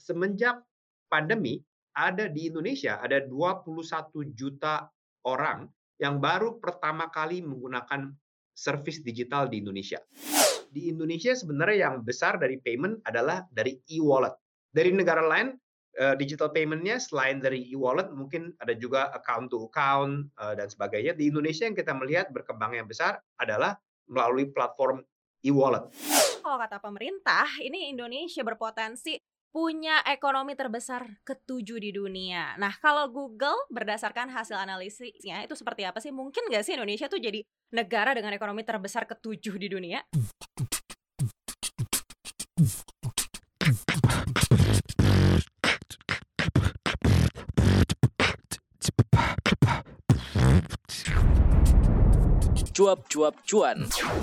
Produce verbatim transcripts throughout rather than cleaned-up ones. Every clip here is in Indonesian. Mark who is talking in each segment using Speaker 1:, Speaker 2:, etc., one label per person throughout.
Speaker 1: semenjak pandemi, ada di Indonesia ada dua puluh satu juta orang yang baru pertama kali menggunakan servis digital di Indonesia. Di Indonesia sebenarnya yang besar dari payment adalah dari e-wallet. Dari negara lain, eee, digital payment-nya selain dari e-wallet mungkin ada juga account to account, eee, dan sebagainya. Di Indonesia yang kita melihat berkembang yang besar adalah melalui platform e-wallet.
Speaker 2: Kalau kata pemerintah, ini Indonesia berpotensi punya ekonomi terbesar ketujuh di dunia. Nah, kalau Google berdasarkan hasil analisisnya itu seperti apa sih? Mungkin nggak sih Indonesia tuh jadi negara dengan ekonomi terbesar ketujuh di dunia?
Speaker 3: Cuap-cuap cuan.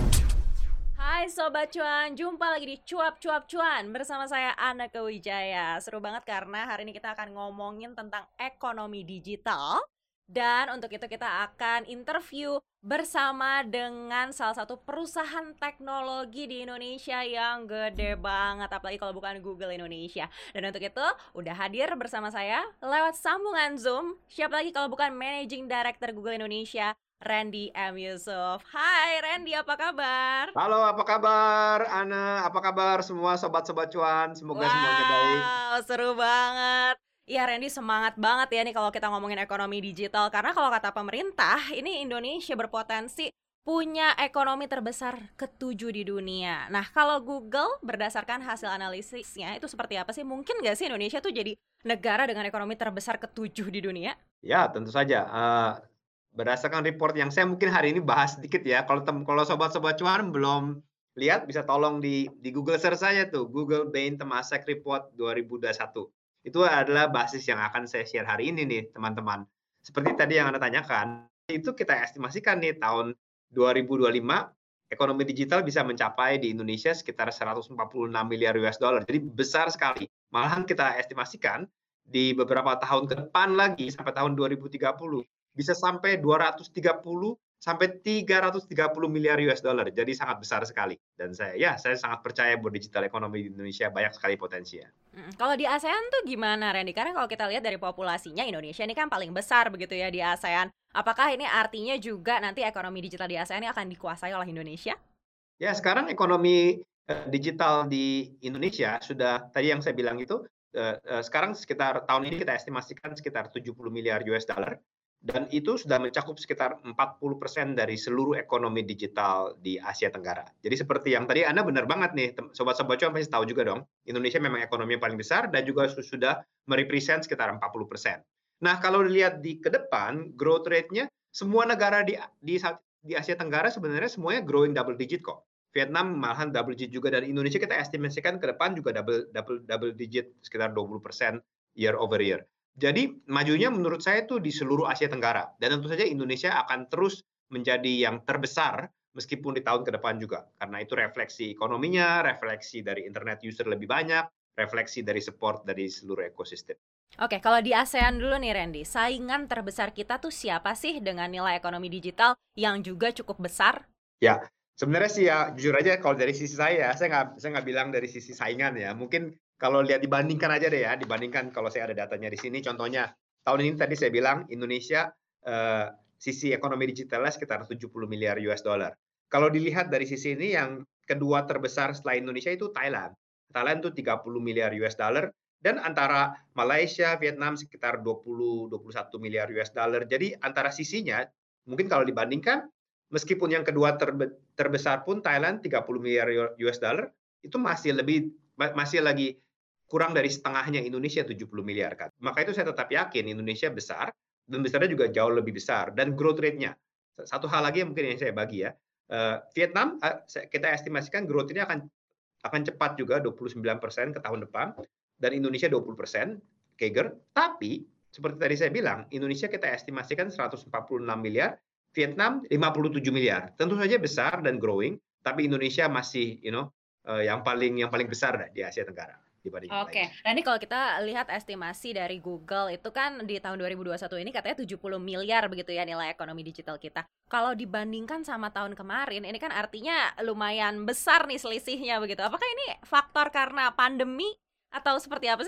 Speaker 2: Hai Sobat Cuan, jumpa lagi di Cuap Cuap Cuan bersama saya Aneka Wijaya. Seru banget karena hari ini kita akan ngomongin tentang ekonomi digital. Dan untuk itu kita akan interview bersama dengan salah satu perusahaan teknologi di Indonesia yang gede banget, apalagi kalau bukan Google Indonesia. Dan untuk itu udah hadir bersama saya lewat sambungan Zoom, siapa lagi kalau bukan Managing Director Google Indonesia, Randy M. Yusuf. Hai Randy, apa kabar?
Speaker 1: Halo, apa kabar, Ana? Apa kabar semua sobat-sobat cuan? Semoga semuanya baik.
Speaker 2: Wow, seru banget. Iya Randy, semangat banget ya nih kalau kita ngomongin ekonomi digital. Karena kalau kata pemerintah, ini Indonesia berpotensi punya ekonomi terbesar ketujuh di dunia. Nah, kalau Google berdasarkan hasil analisisnya itu seperti apa sih? Mungkin nggak sih Indonesia tuh jadi negara dengan ekonomi terbesar ketujuh di dunia?
Speaker 1: Ya, tentu saja, eee, berdasarkan report yang saya mungkin hari ini bahas sedikit ya, kalau tem kalau sobat-sobat cuan belum lihat bisa tolong di di Google search saja tuh, Google Bain Temasek Report dua ribu dua puluh satu. Itu adalah basis yang akan saya share hari ini nih, teman-teman. Seperti tadi yang Anda tanyakan, itu kita estimasikan nih tahun dua ribu dua puluh lima ekonomi digital bisa mencapai di Indonesia sekitar seratus empat puluh enam miliar U S dollar. Jadi besar sekali. Malahan kita estimasikan di beberapa tahun ke depan lagi sampai tahun dua ribu tiga puluh bisa sampai dua ratus tiga puluh sampai tiga ratus tiga puluh miliar U S dollar. Jadi sangat besar sekali. Dan saya ya saya sangat percaya bahwa digital ekonomi di Indonesia banyak sekali potensinya.
Speaker 2: Mm, Kalau di ASEAN tuh gimana Randy? Karena kalau kita lihat dari populasinya Indonesia ini kan paling besar begitu ya di ASEAN. Apakah ini artinya juga nanti ekonomi digital di ASEAN ini akan dikuasai oleh Indonesia?
Speaker 1: Ya, sekarang ekonomi, eee, digital di Indonesia sudah tadi yang saya bilang itu, eee eee, sekarang sekitar tahun ini kita estimasikan sekitar tujuh puluh miliar U S dollar dan itu sudah mencakup sekitar empat puluh persen dari seluruh ekonomi digital di Asia Tenggara. Jadi seperti yang tadi Anda benar banget nih, tem sobat-sobat cuan pasti tahu juga dong, Indonesia memang ekonomi yang paling besar dan juga su sudah me-represent sekitar empat puluh persen. Nah, kalau dilihat di ke depan, growth rate-nya semua negara di di sa di Asia Tenggara sebenarnya semuanya growing double digit kok. Vietnam malahan double digit juga dan Indonesia kita estimasikan ke depan juga double double double digit sekitar dua puluh persen year over year. Jadi majunya menurut saya itu di seluruh Asia Tenggara dan tentu saja Indonesia akan terus menjadi yang terbesar meskipun di tahun ke depan juga. Karena itu refleksi ekonominya, refleksi dari internet user lebih banyak, refleksi dari support dari seluruh ekosistem.
Speaker 2: Oke, kalau di ASEAN dulu nih Randy, saingan terbesar kita tuh siapa sih dengan nilai ekonomi digital yang juga cukup besar?
Speaker 1: Ya, sebenarnya sih ya jujur aja kalau dari sisi saya, saya nggak saya nggak bilang dari sisi saingan ya. Mungkin kalau lihat dibandingkan aja deh ya, dibandingkan kalau saya ada datanya di sini. Contohnya tahun ini tadi saya bilang Indonesia eh, sisi ekonomi digitalnya sekitar tujuh puluh miliar U S dollar. Kalau dilihat dari sisi ini yang kedua terbesar setelah Indonesia itu Thailand. Thailand itu tiga puluh miliar U S dollar dan antara Malaysia, Vietnam sekitar dua puluh dua puluh satu miliar U S dollar. Jadi antara sisinya mungkin kalau dibandingkan meskipun yang kedua terbe terbesar pun Thailand tiga puluh miliar U S dollar, itu masih lebih ma masih lagi kurang dari setengahnya Indonesia tujuh puluh miliar kan. Maka itu saya tetap yakin Indonesia besar dan besarnya juga jauh lebih besar dan growth rate-nya. Satu hal lagi yang mungkin yang saya bagi ya, eee, Vietnam, eee, kita estimasikan growth ini akan akan cepat juga dua puluh sembilan persen ke tahun depan dan Indonesia dua puluh persen C A G R. Tapi seperti tadi saya bilang, Indonesia kita estimasikan seratus empat puluh enam miliar, Vietnam lima puluh tujuh miliar. Tentu saja besar dan growing, tapi Indonesia masih you know eh, yang paling yang paling besar dah di Asia Tenggara dibanding yang
Speaker 2: Oke,
Speaker 1: lainnya.
Speaker 2: nah ini kalau kita lihat estimasi dari Google itu kan di tahun dua ribu dua puluh satu ini katanya tujuh puluh miliar begitu ya nilai ekonomi digital kita. Kalau dibandingkan sama tahun kemarin, ini kan artinya lumayan besar nih selisihnya begitu. Apakah ini faktor karena pandemi atau seperti apa sih?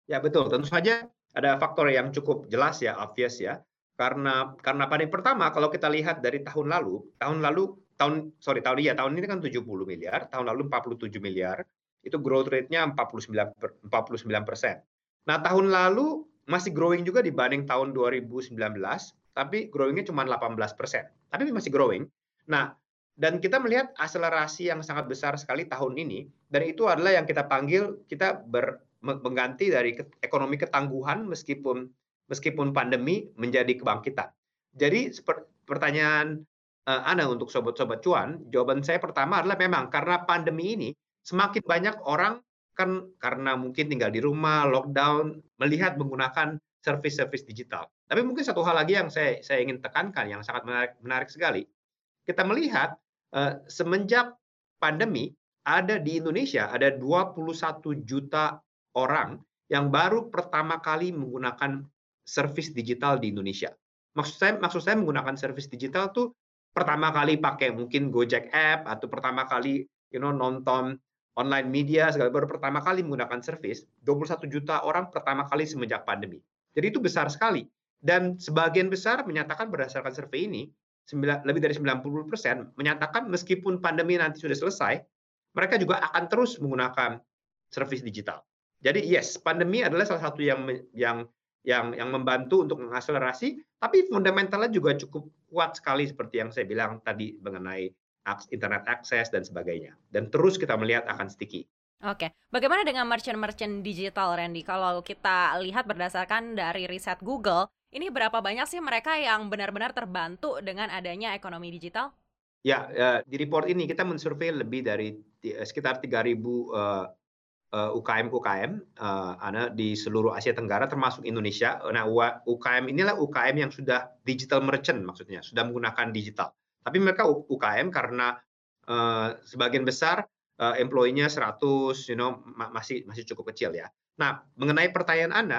Speaker 1: Ya betul, tentu saja ada faktor yang cukup jelas ya, obvious ya. Karena karena pada yang pertama kalau kita lihat dari tahun lalu, tahun lalu tahun sorry tahun iya tahun ini kan tujuh puluh miliar, tahun lalu empat puluh tujuh miliar, itu growth rate-nya empat puluh sembilan per empat puluh sembilan persen. Nah, tahun lalu masih growing juga dibanding tahun dua ribu sembilan belas, tapi growing-nya cuma delapan belas persen, tapi masih growing. Nah, dan kita melihat akselerasi yang sangat besar sekali tahun ini, dan itu adalah yang kita panggil kita ber me mengganti dari ket ekonomi ketangguhan meskipun meskipun pandemi menjadi kebangkitan. Jadi seper pertanyaan, eee, Anda untuk sobat-sobat cuan, jawaban saya pertama adalah memang karena pandemi ini semakin banyak orang kan karena mungkin tinggal di rumah, lockdown, melihat menggunakan service-service digital. Tapi mungkin satu hal lagi yang saya saya ingin tekankan yang sangat menarik menarik sekali, kita melihat, eee, semenjak pandemi ada di Indonesia ada dua puluh satu juta orang yang baru pertama kali menggunakan service digital di Indonesia. Maksud saya maksud saya menggunakan service digital tuh pertama kali pakai mungkin Gojek app atau pertama kali you know nonton online media segala baru pertama kali menggunakan service, dua puluh satu juta orang pertama kali semenjak pandemi. Jadi itu besar sekali dan sebagian besar menyatakan berdasarkan survei ini sembilan lebih dari sembilan puluh persen menyatakan meskipun pandemi nanti sudah selesai, mereka juga akan terus menggunakan service digital. Jadi yes, pandemi adalah salah satu yang yang yang yang membantu untuk mengakselerasi, tapi fundamentalnya juga cukup kuat sekali seperti yang saya bilang tadi mengenai internet access dan sebagainya. Dan terus kita melihat akan sticky.
Speaker 2: Oke, bagaimana dengan merchant-merchant digital, Randy? Kalau kita lihat berdasarkan dari riset Google, ini berapa banyak sih mereka yang benar-benar terbantu dengan adanya ekonomi digital?
Speaker 1: Ya, uh, di report ini kita mensurvei lebih dari sekitar tiga ribu uh, uh, U K M-U K M uh, Ana di seluruh Asia Tenggara termasuk Indonesia. Nah, U K M inilah U K M yang sudah digital merchant maksudnya, sudah menggunakan digital. Tapi mereka U K M karena uh, sebagian besar uh, employee-nya seratus, you know, ma masih masih cukup kecil ya. Nah, mengenai pertanyaan Anda,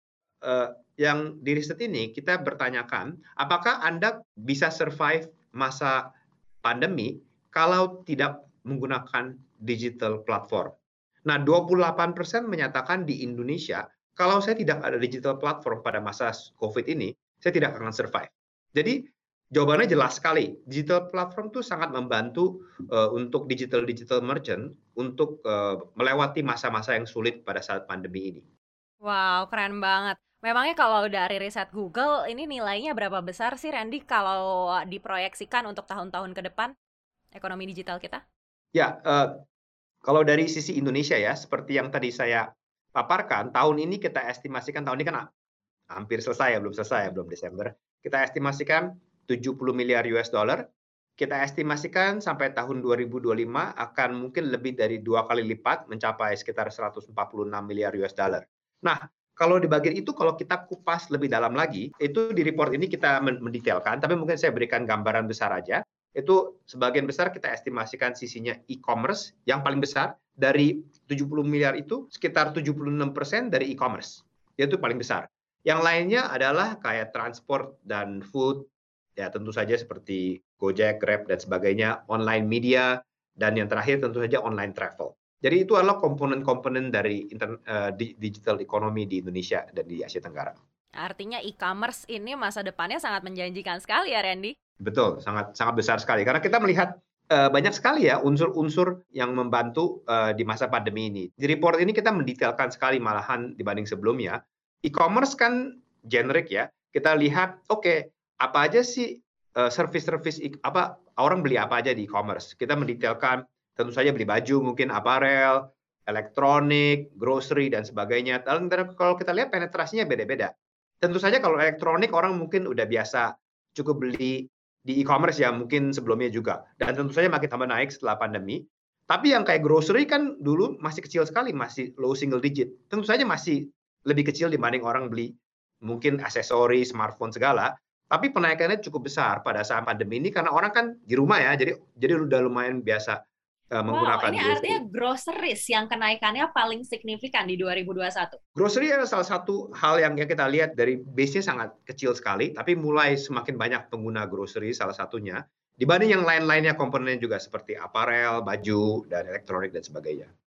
Speaker 1: uh, yang di riset ini kita bertanyakan, apakah Anda bisa survive masa pandemi kalau tidak menggunakan digital platform? Nah, dua puluh delapan persen menyatakan di Indonesia, kalau saya tidak ada digital platform pada masa COVID ini, saya tidak akan survive. Jadi jawabannya jelas sekali. Digital platform itu sangat membantu uh, untuk digital-digital merchant untuk uh, melewati masa-masa yang sulit pada saat pandemi ini.
Speaker 2: Wow, keren banget. Memangnya kalau dari riset Google, ini nilainya berapa besar sih, Randy, kalau diproyeksikan untuk tahun-tahun ke depan ekonomi digital kita?
Speaker 1: Ya, uh, kalau dari sisi Indonesia ya, seperti yang tadi saya paparkan, tahun ini kita estimasikan, tahun ini kan hampir selesai ya, belum selesai ya, belum Desember. Kita estimasikan tujuh puluh miliar U S dollar. Kita estimasikan sampai tahun dua ribu dua puluh lima akan mungkin lebih dari dua kali lipat, mencapai sekitar seratus empat puluh enam miliar U S dollar. Nah, kalau di bagian itu, kalau kita kupas lebih dalam lagi, itu di report ini kita mendetailkan, tapi mungkin saya berikan gambaran besar aja. Itu sebagian besar kita estimasikan sisinya e-commerce yang paling besar. Dari tujuh puluh miliar itu, sekitar tujuh puluh enam persen dari e-commerce. Itu paling besar. Yang lainnya adalah kayak transport dan food, ya tentu saja seperti Gojek, Grab, dan sebagainya, online media, dan yang terakhir tentu saja online travel. Jadi itu adalah komponen-komponen dari internet, uh, digital economy di Indonesia dan di Asia Tenggara.
Speaker 2: Artinya e-commerce ini masa depannya sangat menjanjikan sekali ya, Randy?
Speaker 1: Betul, sangat sangat besar sekali. Karena kita melihat uh, banyak sekali ya unsur-unsur yang membantu uh, di masa pandemi ini. Di report ini kita mendetailkan sekali malahan dibanding sebelumnya. E-commerce kan generik ya. Kita lihat, oke, okay, apa aja sih uh, service-service apa orang beli apa aja di e-commerce. Kita mendetailkan tentu saja beli baju, mungkin aparel, elektronik, grocery, dan sebagainya. Dan kalau kita lihat penetrasinya beda-beda. Tentu saja kalau elektronik orang mungkin udah biasa cukup beli di e-commerce ya, mungkin sebelumnya juga. Dan tentu saja makin tambah naik setelah pandemi. Tapi yang kayak grocery kan dulu masih kecil sekali, masih low single digit. Tentu saja masih lebih kecil dibanding orang beli mungkin aksesori, smartphone segala. Tapi penaikannya cukup besar pada saat pandemi ini karena orang kan di rumah ya, jadi jadi udah lumayan biasa uh, menggunakan
Speaker 2: wow, ini
Speaker 1: grocery.
Speaker 2: artinya groceries yang kenaikannya paling signifikan di dua ribu dua puluh satu.
Speaker 1: Grocery adalah salah satu hal yang kita lihat dari base-nya sangat kecil sekali, tapi mulai semakin banyak pengguna grocery salah satunya, dibanding yang lain-lainnya komponennya juga seperti aparel, baju, dan elektronik, dan sebagainya.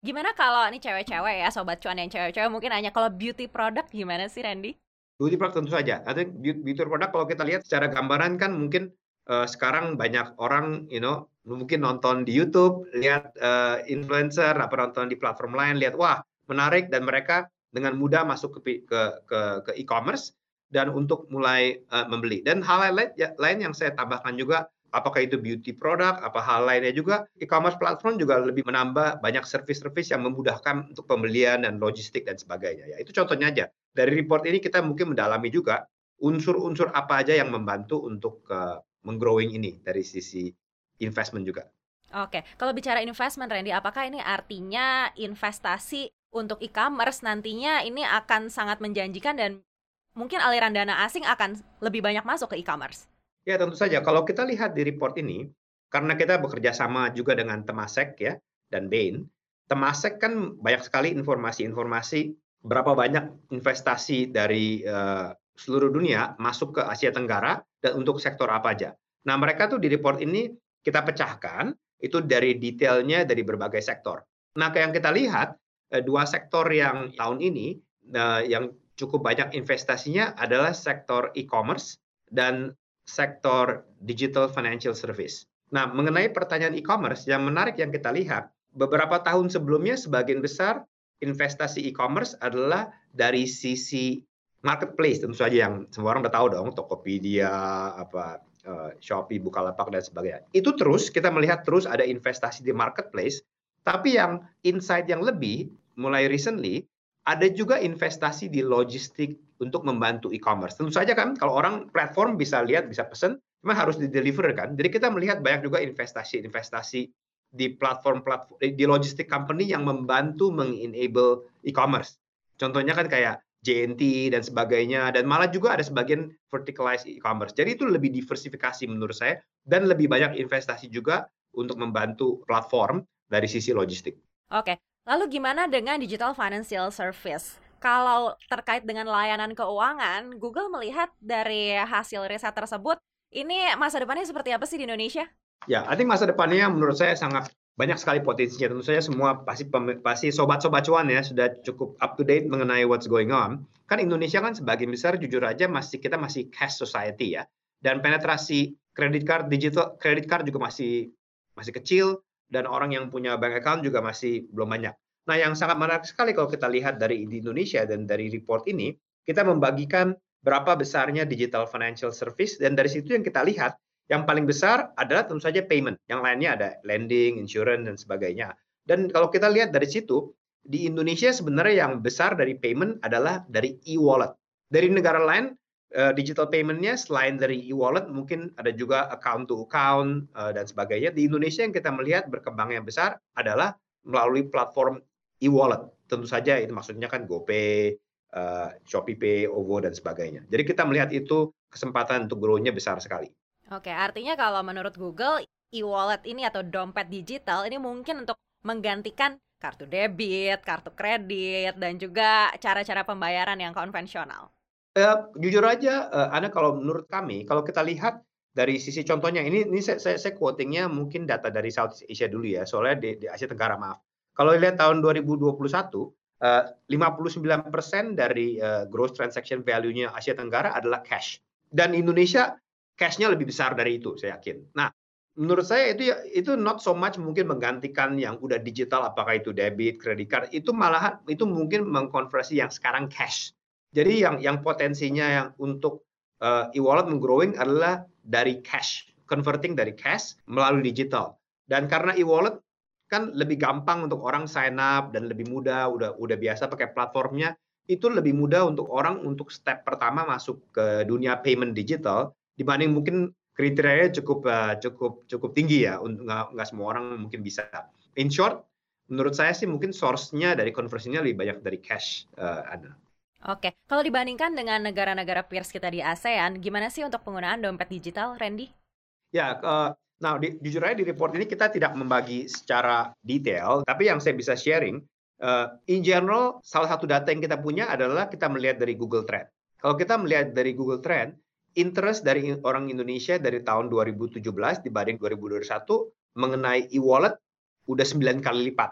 Speaker 2: Gimana kalau nih cewek-cewek ya, sobat cuan yang cewek-cewek mungkin nanya kalau beauty product gimana sih Randy?
Speaker 1: Beauty product tentu saja. I think beau- beauty product kalau kita lihat secara gambaran kan mungkin eh, sekarang banyak orang, you know, mungkin nonton di YouTube, lihat eh, influencer, apa nonton di platform lain, lihat wah menarik dan mereka dengan mudah masuk ke pi- ke ke, ke e-commerce dan untuk mulai eh, membeli. Dan hal lain ya- lain yang saya tambahkan juga, apakah itu beauty product, apa hal lainnya juga, e-commerce platform juga lebih menambah banyak service-service yang memudahkan untuk pembelian dan logistik dan sebagainya. Ya, itu contohnya aja. Dari report ini kita mungkin mendalami juga unsur-unsur apa aja yang membantu untuk uh, menggrowing ini dari sisi investment juga.
Speaker 2: Oke, kalau bicara investment Randy, apakah ini artinya investasi untuk e-commerce nantinya ini akan sangat menjanjikan dan mungkin aliran dana asing akan lebih banyak masuk ke e-commerce?
Speaker 1: Ya tentu saja kalau kita lihat di report ini, karena kita bekerja sama juga dengan Temasek ya dan Bain, Temasek kan banyak sekali informasi-informasi berapa banyak investasi dari uh, seluruh dunia masuk ke Asia Tenggara dan untuk sektor apa aja. Nah mereka tuh di report ini kita pecahkan itu dari detailnya dari berbagai sektor. Nah yang kita lihat uh, dua sektor yang tahun ini uh, yang cukup banyak investasinya adalah sektor e-commerce dan sektor digital financial service. Nah, mengenai pertanyaan e-commerce, yang menarik yang kita lihat, beberapa tahun sebelumnya sebagian besar investasi e-commerce adalah dari sisi marketplace, tentu saja yang semua orang udah tahu dong, Tokopedia, apa uh, Shopee, Bukalapak dan sebagainya. Itu terus kita melihat terus ada investasi di marketplace, tapi yang insight yang lebih mulai recently ada juga investasi di logistik untuk membantu e-commerce. Tentu saja kan kalau orang platform bisa lihat, bisa pesen, memang harus di-deliver kan. Jadi kita melihat banyak juga investasi-investasi di platform-platform di logistik company yang membantu meng-enable e-commerce. Contohnya kan kayak J N T dan sebagainya, dan malah juga ada sebagian verticalized e-commerce. Jadi itu lebih diversifikasi menurut saya, dan lebih banyak investasi juga untuk membantu platform dari sisi logistik.
Speaker 2: Oke, lalu gimana dengan digital financial service? Kalau terkait dengan layanan keuangan, Google melihat dari hasil riset tersebut, ini masa depannya seperti apa sih di Indonesia?
Speaker 1: Ya, I think masa depannya menurut saya sangat banyak sekali potensinya. Tentu saja semua pasti pasti sobat-sobat cuan ya sudah cukup up to date mengenai what's going on. Kan Indonesia kan sebagian besar jujur aja masih kita masih cash society ya. Dan penetrasi kredit card digital kredit card juga masih masih kecil dan orang yang punya bank account juga masih belum banyak. Nah, yang sangat menarik sekali kalau kita lihat dari di Indonesia dan dari report ini, kita membagikan berapa besarnya digital financial service dan dari situ yang kita lihat yang paling besar adalah tentu saja payment, yang lainnya ada lending, insurance, dan sebagainya. Dan kalau kita lihat dari situ, di Indonesia sebenarnya yang besar dari payment adalah dari e-wallet. Dari negara lain, uh, digital payment-nya selain dari e-wallet, mungkin ada juga account to account, uh, dan sebagainya. Di Indonesia yang kita melihat berkembang yang besar adalah melalui platform e-wallet. Tentu saja itu maksudnya kan GoPay, uh, ShopeePay, OVO, dan sebagainya. Jadi kita melihat itu kesempatan untuk grow-nya besar sekali.
Speaker 2: Oke, artinya kalau menurut Google, e-wallet ini atau dompet digital ini mungkin untuk menggantikan kartu debit, kartu kredit, dan juga cara-cara pembayaran yang konvensional.
Speaker 1: Eh, jujur aja, eh, Ana kalau menurut kami, kalau kita lihat dari sisi contohnya, ini ini saya, saya, saya quoting-nya mungkin data dari Southeast Asia dulu ya, soalnya di, di Asia Tenggara maaf. Kalau lihat tahun dua ribu dua puluh satu, eh, lima puluh sembilan persen dari eh, gross transaction value-nya Asia Tenggara adalah cash. Dan Indonesia cash-nya lebih besar dari itu, saya yakin. Nah, menurut saya itu itu not so much mungkin menggantikan yang udah digital, apakah itu debit, credit card, itu malahan itu mungkin mengkonversi yang sekarang cash. Jadi yang yang potensinya yang untuk uh, e-wallet menggrowing adalah dari cash, converting dari cash melalui digital. Dan karena e-wallet kan lebih gampang untuk orang sign up dan lebih mudah, udah udah biasa pakai platformnya, itu lebih mudah untuk orang untuk step pertama masuk ke dunia payment digital dibanding mungkin kriterianya cukup uh, cukup cukup tinggi ya, untuk nggak nggak semua orang mungkin bisa. In short, menurut saya sih mungkin source-nya dari konversinya lebih banyak dari cash, uh, Ana.
Speaker 2: Oke, kalau dibandingkan dengan negara-negara peers kita di ASEAN, gimana sih untuk penggunaan dompet digital, Randy?
Speaker 1: Ya, uh, nah di, jujur aja di report ini kita tidak membagi secara detail, tapi yang saya bisa sharing, uh, in general, salah satu data yang kita punya adalah kita melihat dari Google Trend. Kalau kita melihat dari Google Trend, interest dari orang Indonesia dari tahun dua ribu tujuh belas dibanding dua ribu dua puluh satu mengenai e-wallet udah sembilan kali lipat.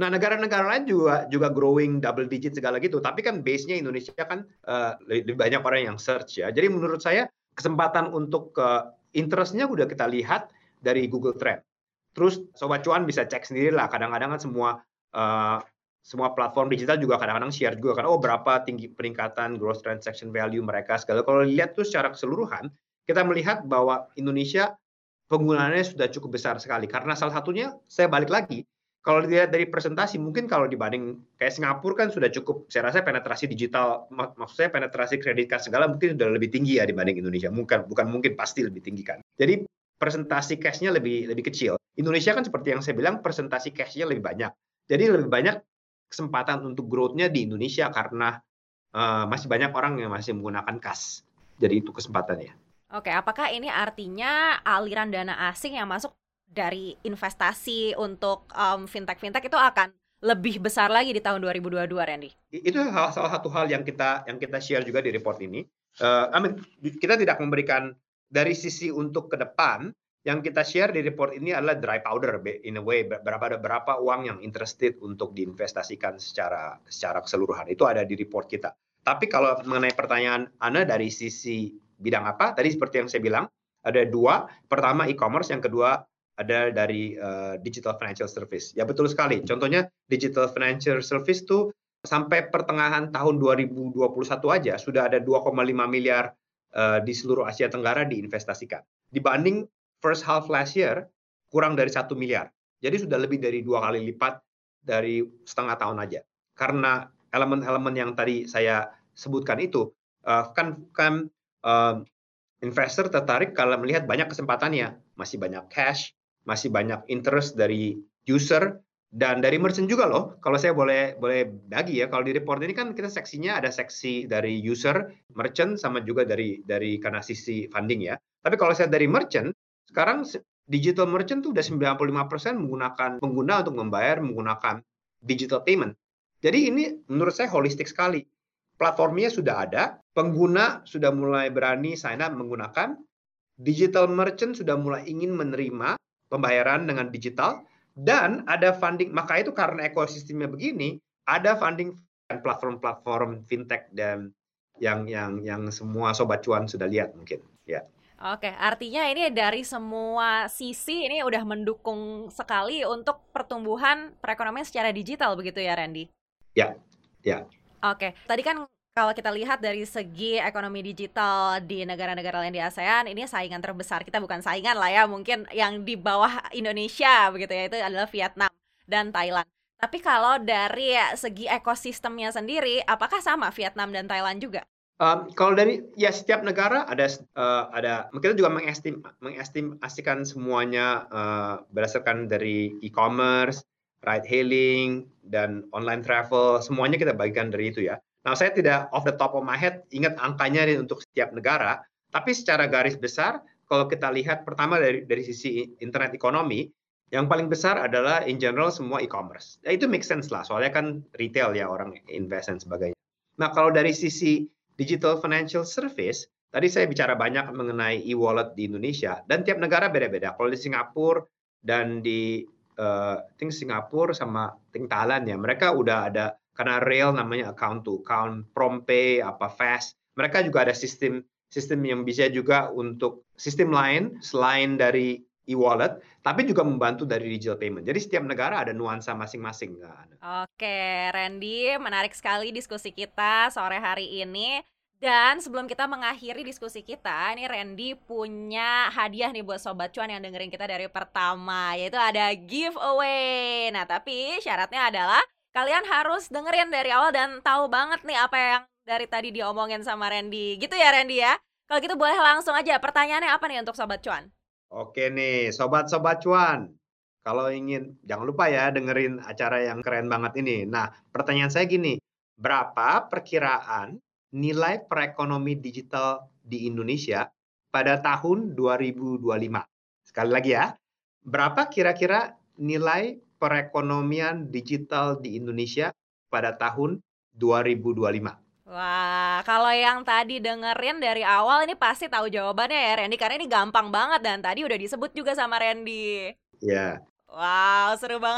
Speaker 1: Nah, negara-negara lain juga juga growing double digit segala gitu, tapi kan base-nya Indonesia kan uh, lebih banyak orang yang search ya. Jadi menurut saya kesempatan untuk uh, interest-nya udah kita lihat dari Google Trend. Terus Sobat Cuan bisa cek sendiri lah, kadang-kadang kan semua uh, semua platform digital juga kadang-kadang share juga kan, oh berapa tinggi peningkatan gross transaction value mereka segala. Kalau lihat tuh secara keseluruhan, kita melihat bahwa Indonesia penggunaannya sudah cukup besar sekali. Karena salah satunya, saya balik lagi, kalau dilihat dari presentasi, mungkin kalau dibanding kayak Singapura kan sudah cukup, saya rasa penetrasi digital, mak maksudnya penetrasi kredit card segala mungkin sudah lebih tinggi ya dibanding Indonesia. Bukan, bukan mungkin, pasti lebih tinggi kan. Jadi presentasi cash-nya lebih lebih kecil. Indonesia kan seperti yang saya bilang, presentasi cash-nya lebih banyak. Jadi lebih banyak kesempatan untuk growth-nya di Indonesia karena uh, masih banyak orang yang masih menggunakan kas. Jadi itu kesempatannya.
Speaker 2: Oke, apakah ini artinya aliran dana asing yang masuk dari investasi untuk um, fintech-fintech itu akan lebih besar lagi di tahun dua ribu dua puluh dua, Randy?
Speaker 1: Itu hal, salah satu hal yang kita yang kita share juga di report ini. Uh, I mean, kita tidak memberikan dari sisi untuk ke depan, yang kita share di report ini adalah dry powder in a way, berapa berapa uang yang interested untuk diinvestasikan secara secara keseluruhan. Itu ada di report kita. Tapi kalau mengenai pertanyaan Ana dari sisi bidang apa? Tadi seperti yang saya bilang, ada dua. Pertama e-commerce, yang kedua ada dari uh, digital financial service. Ya betul sekali. Contohnya digital financial service tuh sampai pertengahan tahun dua ribu dua puluh satu aja sudah ada dua koma lima miliar uh, di seluruh Asia Tenggara diinvestasikan. Dibanding first half last year kurang dari satu miliar. Jadi sudah lebih dari dua kali lipat dari setengah tahun aja. Karena elemen-elemen yang tadi saya sebutkan itu uh, kan kan uh, investor tertarik kalau melihat banyak kesempatannya, masih banyak cash, masih banyak interest dari user dan dari merchant juga loh. Kalau saya boleh boleh bagi ya, kalau di report ini kan kita seksinya ada seksi dari user, merchant sama juga dari dari karena sisi funding ya. Tapi kalau saya dari merchant, sekarang digital merchant tuh udah sembilan puluh lima persen menggunakan pengguna untuk membayar menggunakan digital payment. Jadi ini menurut saya holistik sekali. Platformnya sudah ada, pengguna sudah mulai berani sign up menggunakan, digital merchant sudah mulai ingin menerima pembayaran dengan digital, dan ada funding. Maka itu karena ekosistemnya begini, ada funding platform-platform fintech dan yang yang yang semua Sobat Cuan sudah lihat mungkin. Ya.
Speaker 2: Oke, artinya ini dari semua sisi ini udah mendukung sekali untuk pertumbuhan perekonomian secara digital begitu ya, Randy?
Speaker 1: Ya, ya.
Speaker 2: Oke, tadi kan kalau kita lihat dari segi ekonomi digital di negara-negara lain di ASEAN, ini saingan terbesar kita, bukan saingan lah ya, mungkin yang di bawah Indonesia begitu ya, itu adalah Vietnam dan Thailand. Tapi kalau dari segi ekosistemnya sendiri, apakah sama Vietnam dan Thailand juga?
Speaker 1: Um, kalau dari ya setiap negara ada uh, ada kita juga mengestim mengestimasikan semuanya uh, berdasarkan dari e-commerce, ride hailing dan online travel, semuanya kita bagikan dari itu ya. Nah, saya tidak off the top of my head ingat angkanya untuk setiap negara, tapi secara garis besar kalau kita lihat pertama dari dari sisi internet ekonomi, yang paling besar adalah in general semua e-commerce. Ya, itu make sense lah, soalnya kan retail ya, orang invest dan sebagainya. Nah, kalau dari sisi digital financial service, tadi saya bicara banyak mengenai e-wallet di Indonesia, dan tiap negara beda-beda. Kalau di Singapura dan di uh, think Singapura sama think Thailand ya, mereka udah ada karena rail namanya account to account, PromptPay, apa Fast. Mereka juga ada sistem sistem yang bisa juga untuk sistem lain selain dari e-wallet, tapi juga membantu dari digital payment. Jadi setiap negara ada nuansa masing-masing.
Speaker 2: Oke, Randy, menarik sekali diskusi kita sore hari ini. Dan sebelum kita mengakhiri diskusi kita, ini Randy punya hadiah nih buat Sobat Cuan yang dengerin kita dari pertama, yaitu ada giveaway. Nah, tapi syaratnya adalah kalian harus dengerin dari awal dan tahu banget nih apa yang dari tadi diomongin sama Randy. Gitu ya, Randy ya? Kalau gitu boleh langsung aja. Pertanyaannya apa nih untuk Sobat Cuan?
Speaker 1: Oke nih, Sobat-Sobat Cuan. Kalau ingin, jangan lupa ya dengerin acara yang keren banget ini. Nah, pertanyaan saya gini, berapa perkiraan nilai perekonomi digital di Indonesia pada tahun dua ribu dua puluh lima? Sekali lagi ya, berapa kira-kira nilai perekonomian digital di Indonesia pada tahun dua ribu dua puluh lima?
Speaker 2: Wah, kalau yang tadi dengerin dari awal ini pasti tahu jawabannya ya, Randy, karena ini gampang banget dan tadi udah disebut juga sama Randy.
Speaker 1: Ya.
Speaker 2: Wow, seru banget.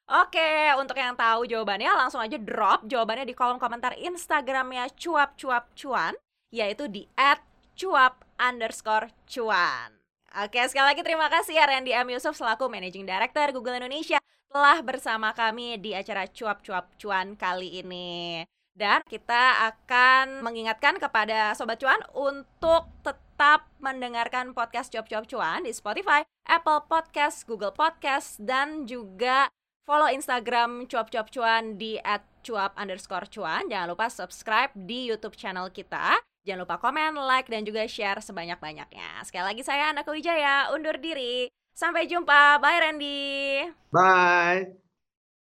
Speaker 2: Oke, untuk yang tahu jawabannya langsung aja drop jawabannya di kolom komentar Instagramnya cuap cuap cuan, yaitu di at cuap underscore cuan. Oke, sekali lagi terima kasih ya Randy M. Yusuf selaku Managing Director Google Indonesia telah bersama kami di acara cuap cuap cuan kali ini. Dan kita akan mengingatkan kepada Sobat Cuan untuk tetap mendengarkan podcast Cuap Cuap Cuan di Spotify, Apple Podcast, Google Podcast, dan juga follow Instagram Cuap Cuap Cuan di at cuap underscore cuan. Jangan lupa subscribe di YouTube channel kita. Jangan lupa komen, like, dan juga share sebanyak-banyaknya. Sekali lagi saya Anaka Wijaya, undur diri. Sampai jumpa, bye Randy.
Speaker 1: Bye.